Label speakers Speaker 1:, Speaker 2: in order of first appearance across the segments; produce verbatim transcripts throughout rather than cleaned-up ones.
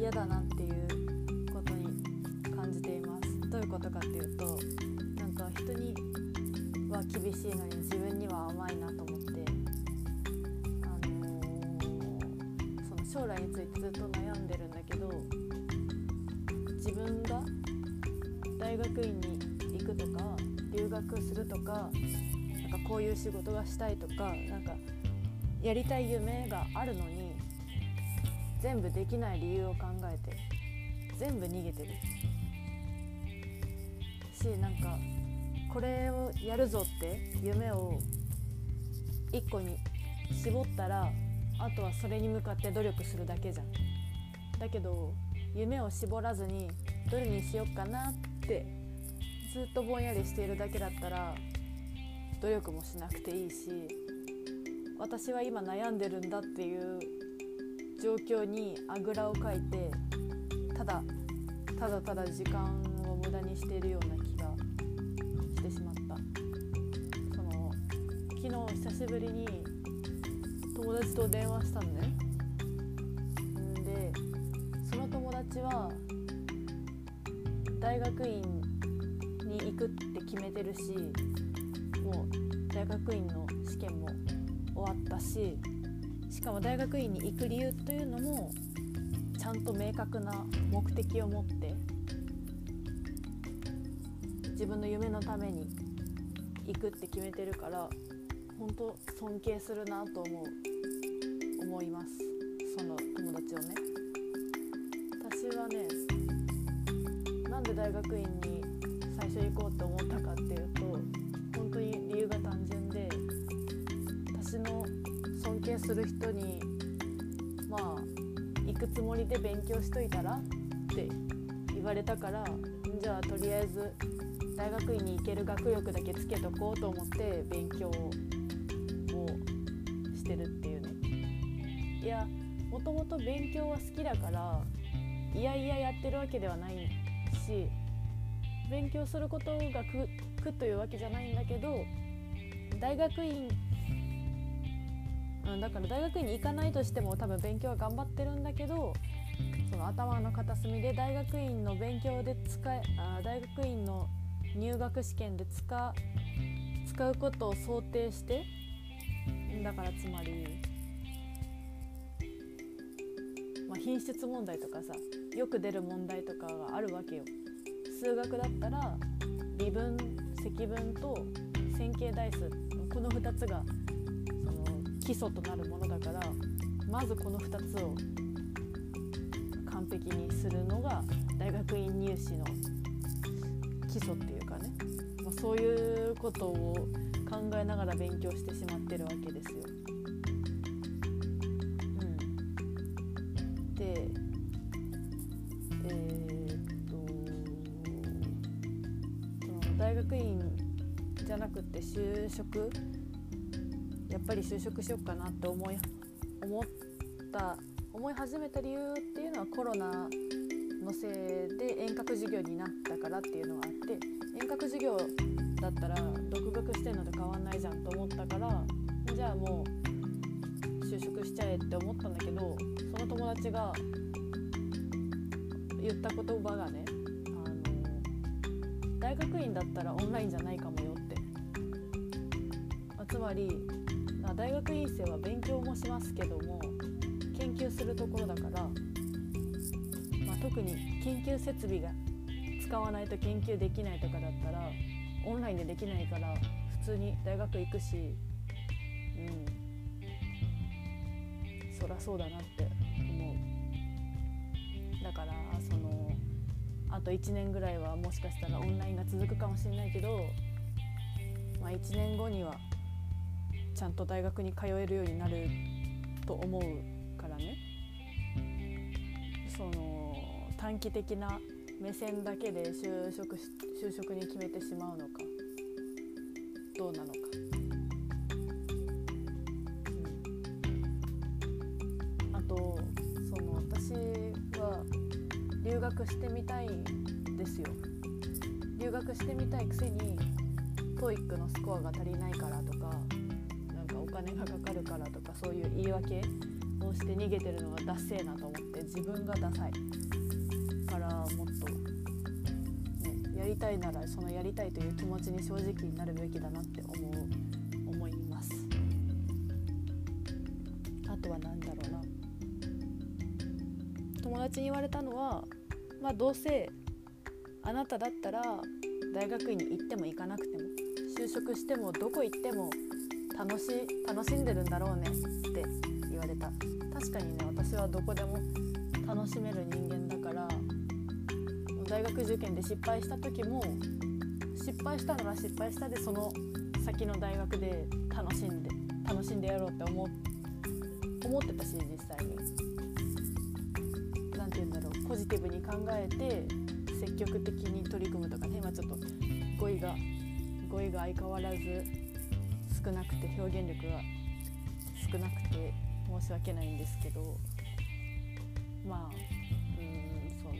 Speaker 1: 嫌だなっていうことに感じています。どういうことかっていうと、なんか人には厳しいのに自分には甘いなと思って、あのー、その将来についてずっと悩んでるんだけど、自分が大学院に行くとか留学するとか、なんかこういう仕事がしたいとか、なんかやりたい夢があるのに全部できない理由を考えて全部逃げてるし、なんかこれをやるぞって夢を一個に絞ったら、あとはそれに向かって努力するだけじゃん。だけど夢を絞らずにどれにしようかなってずっとぼんやりしているだけだったら努力もしなくていいし、私は今悩んでるんだっていう状況にあぐらをかいて、ただただただ時間を無駄にしているような気がしてしまった。その昨日久しぶりに友達と電話したのね。んでその友達は大学院に行くって決めてるし、もう大学院の試験も終わったし、しかも大学院に行く理由というのもちゃんと明確な目的を持って自分の夢のために行くって決めてるから、本当尊敬するなと思う思います。その友達をね。私はね、なんで大学院に最初行こうと思ったかっていうと、本当に理由が単純で、私の尊敬する人にまあ行くつもりで勉強しといたらって言われたから、じゃあとりあえず大学院に行ける学力だけつけとこうと思って勉強をしてるっていうね。いや、もともと勉強は好きだからいやいややってるわけではないし、勉強することが苦苦というわけじゃないんだけど、大学院だから大学院に行かないとしても多分勉強は頑張ってるんだけど、その頭の片隅で大学院の勉強で使えあ大学院の入学試験で使使うことを想定して、だからつまり、まあ、品質問題とかさ、よく出る問題とかがあるわけよ。数学だったら微分、積分と線形代数、このふたつが基礎となるものだから、まずこのふたつを完璧にするのが大学院入試の基礎っていうかね、まあ、そういうことを考えながら勉強してしまってるわけですよ。うん、で、えー、っとその大学院じゃなくて就職やっぱり就職しようかなって思い思った思い始めた理由っていうのは、コロナのせいで遠隔授業になったからっていうのがあって、遠隔授業だったら独学してるのと変わんないじゃんと思ったから、じゃあもう就職しちゃえって思ったんだけど、その友達が言った言葉がね、あの大学院だったらオンラインじゃないかもよって、まあ、つまり大学院生は勉強もしますけども研究するところだから、まあ、特に研究設備が使わないと研究できないとかだったらオンラインでできないから普通に大学行くし、うん、そりゃそうだなって思う。だからそのあといちねんぐらいはもしかしたらオンラインが続くかもしれないけど、まあ、いちねんごにはちゃんと大学に通えるようになると思うからね。その短期的な目線だけで就職し、就職に決めてしまうのかどうなのか、うん、あとその私は留学してみたいんですよ。留学してみたいくせに トーイック のスコアが足りないからとか、お金がかかるからとか、そういう言い訳ををして逃げてるのがダッセーなと思って、自分がダサいからもっと、ね、やりたいならそのやりたいという気持ちに正直になるべきだなって思う思います。あとは何だろうな、友達に言われたのは、まあどうせあなただったら大学院に行っても行かなくても就職してもどこ行っても楽し楽しんでるんだろうねって言われた。確かにね、私はどこでも楽しめる人間だから、大学受験で失敗した時も失敗したなら失敗したでその先の大学で楽しんで楽しんでやろうって思思ってたし、実際になんて言うんだろう、ポジティブに考えて積極的に取り組むとかね、まあ、ちょっと語彙が語彙が相変わらず少なくて表現力が少なくて申し訳ないんですけど、まあうーんその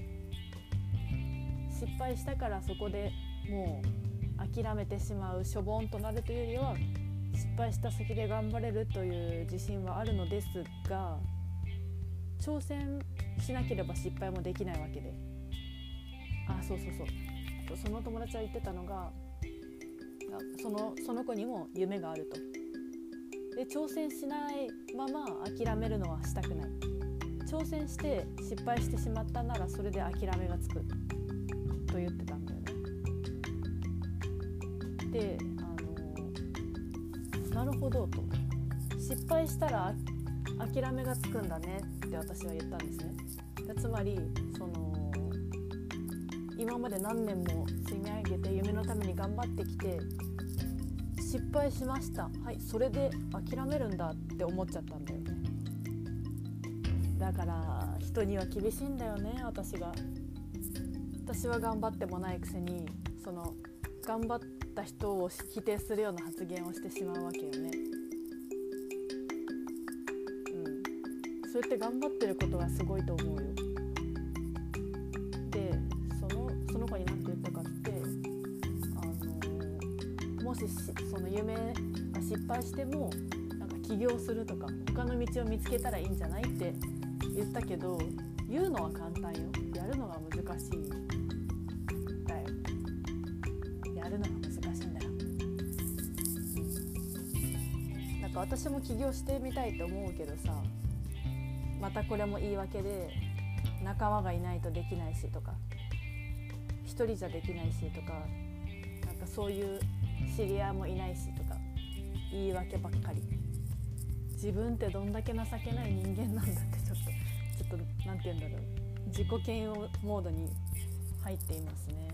Speaker 1: 失敗したからそこでもう諦めてしまう、しょぼんとなるというよりは、失敗した先で頑張れるという自信はあるのですが、挑戦しなければ失敗もできないわけで、あ、そうそうそう、その友達は言ってたのが、その、その子にも夢があると。で、挑戦しないまま諦めるのはしたくない。挑戦して失敗してしまったならそれで諦めがつくと言ってたんだよね。で、あのなるほどと、失敗したら諦めがつくんだねって私は言ったんですね。でつまりその今まで何年も積み上げて夢のために頑張ってきて失敗しました、はい、それで諦めるんだって思っちゃったんだよね。だから人には厳しいんだよね。私が私は頑張ってもないくせに、その頑張った人を否定するような発言をしてしまうわけよね。うん、そうやって頑張ってることがすごいと思うよ。で、そのその子に何て言ったかって、あのもしその夢が失敗してもなんか起業するとか他の道を見つけたらいいんじゃないって言ったけど、言うのは簡単よ、やるのが難しいだよ。やるのが難しいんだよ。なんか私も起業してみたいと思うけどさ、またこれも言い訳で仲間がいないとできないしとか、一人じゃできないしとか、なんかそういう知り合いもいないしとか言い訳ばっかり。自分ってどんだけ情けない人間なんだってちょっとちょっとなんて言うんだろう、自己嫌悪モードに入っていますね。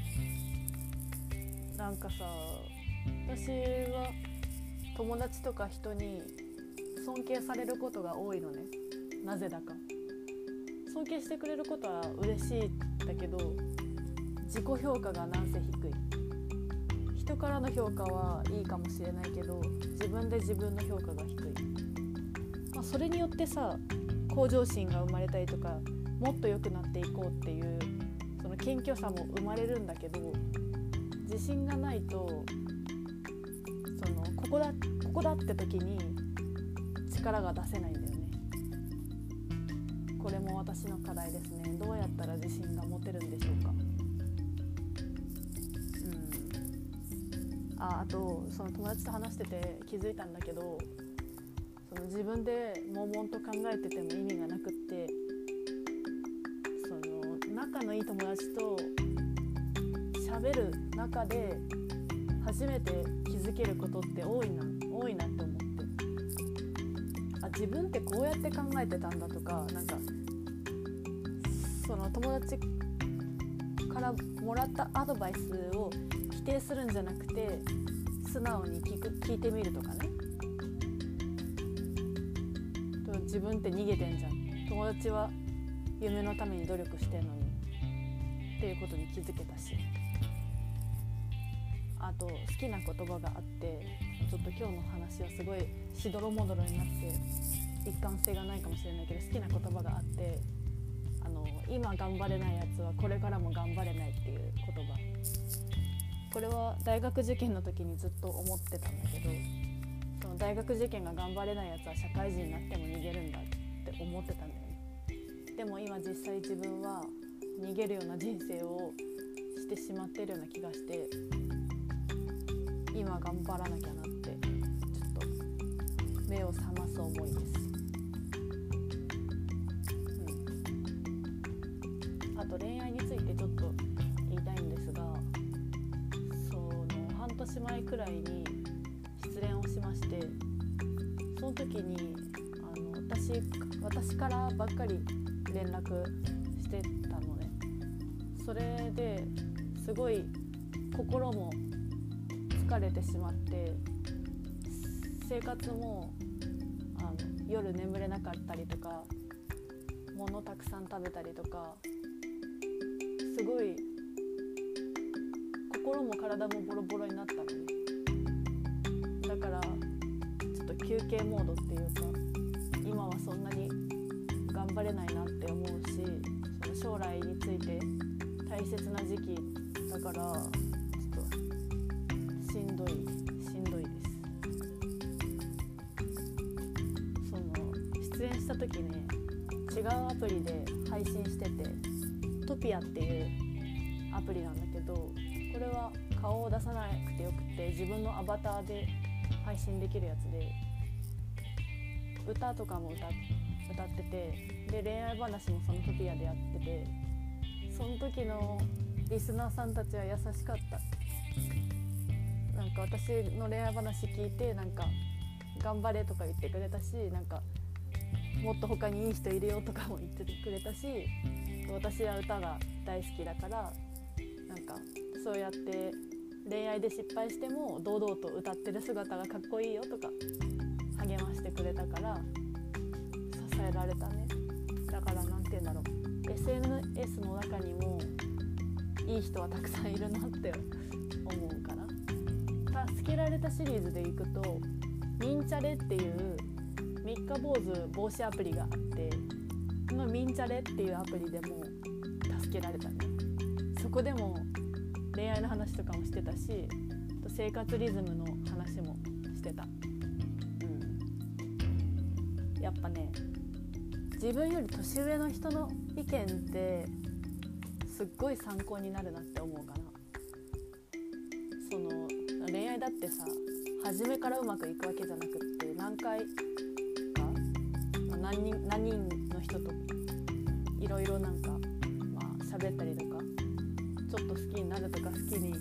Speaker 1: なんかさ、私は友達とか人に尊敬されることが多いのね。なぜだか尊敬してくれることは嬉しいんだけど、自己評価がなんせ低い。人からの評価はいいかもしれないけど、自分で自分の評価が低い。まあ、それによってさ、向上心が生まれたりとか、もっと良くなっていこうっていうその謙虚さも生まれるんだけど、自信がないとそのここだここだって時に力が出せないんだよね。これも私の課題ですね。どうやったら自信が持てるんでしょうか。うん、あ、あとその友達と話してて気づいたんだけど、その自分で悶々と考えてても意味がなくって、その仲のいい友達と喋る中で初めて気づけることって多いな多いなって思って、あ、自分ってこうやって考えてたんだとか、なんかその友達からもらったアドバイスを否定するんじゃなくて素直に聞く聞いてみるとかね。と自分って逃げてんじゃん、友達は夢のために努力してんのにっていうことに気づけたし、あと好きな言葉があって、ちょっと今日の話はすごいしどろもどろになって一貫性がないかもしれないけど、好きな言葉があって、あの今頑張れないやつはこれからも頑張れないっていう言葉。これは大学受験の時にずっと思ってたんだけど、その大学受験が頑張れないやつは社会人になっても逃げるんだって思ってたんだよね。でも今実際自分は逃げるような人生をしてしまっているような気がして、今頑張らなきゃなってちょっと目を覚ます思いです、うん、あと恋愛についてちょっと言いたいんですが、その半年前くらいに失恋をしまして、その時にあの 私, 私からばっかり連絡してたのね。それですごい心も疲れてしまって、生活もあの夜眠れなかったりとか、物たくさん食べたりとか、すごい心も体もボロボロになったのね。だからちょっと休憩モードっていうか、今はそんなに頑張れないなって思うし、その将来について大切な時期だからちょっとしんどいしんどいです。その出演した時ね、違うアプリで配信してて、トピアっていうアプリなんだけど、これは顔を出さなくてよくて自分のアバターで配信できるやつで、歌とかも 歌, 歌ってて、で恋愛話もそのトピアでやってて、その時のリスナーさんたちは優しかった。なんか私の恋愛話聞いて、なんか頑張れとか言ってくれたし、なんかもっと他にいい人いるよとかも言ってくれたし、私は歌が大好きだから、なんかそうやって恋愛で失敗しても堂々と歌ってる姿がかっこいいよとか励ましてくれたから支えられたね。だからなんて言うんだろう、 エスエヌエス の中にもいい人はたくさんいるなって思うかな。助けられたシリーズでいくと、ミンチャレっていう三日坊主防止アプリがあって、このミンチャレっていうアプリでも助けられたね。そこでも恋愛の話とかもしてたし、生活リズムの話もしてた、うん、やっぱね、自分より年上の人の意見ってすっごい参考になるなって思うかな。その恋愛だってさ、初めからうまくいくわけじゃなくって、何回か何人、何人の人といろいろなんかまあ喋ったりとか、ちょっと好きになるとか、好きに、うん、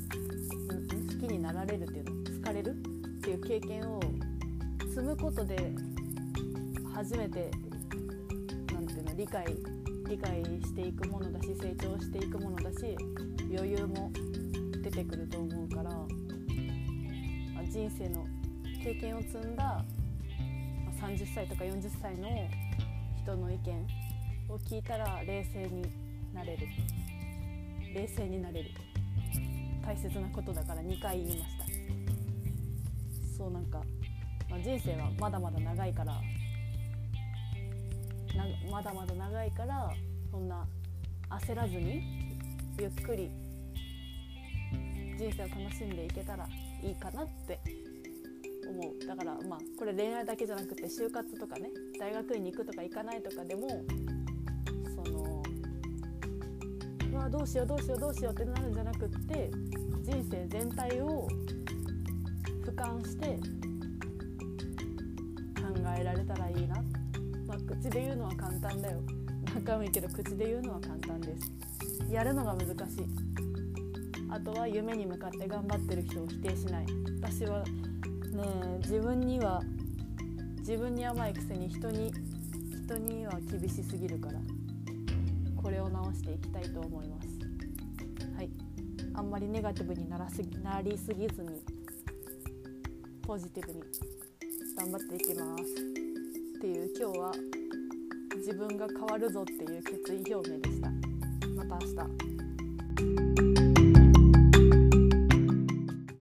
Speaker 1: 好きになられるっていうの、好かれるっていう経験を積むことで初めてなんていうの、理解理解していくものだし、成長していくものだし、余裕も出てくると思うから、人生の経験を積んださんじゅっさいとかよんじゅっさいの人の意見を聞いたら冷静になれる冷静になれる大切なことだからにかい言いました。そう、なんか、まあ、人生はまだまだ長いからなまだまだ長いからそんな焦らずにゆっくり人生を楽しんでいけたらいいかなって思う。だからまあこれ恋愛だけじゃなくて、就活とかね、大学院に行くとか行かないとかでも、そのうわどうしようどうしようどうしようってなるんじゃなくって、人生全体を俯瞰して考えられたらいいな。まあ口で言うのは簡単だよ。中身いいけど口で言うのは簡単です。やるのが難しい。あとは夢に向かって頑張ってる人を否定しない。私はね、自分には自分に甘いくせに人に人には厳しすぎるから、これを直していきたいと思います。はい、あんまりネガティブにならすぎ、なりすぎずにポジティブに頑張っていきますっていう、今日は自分が変わるぞっていう決意表明でした。また明日。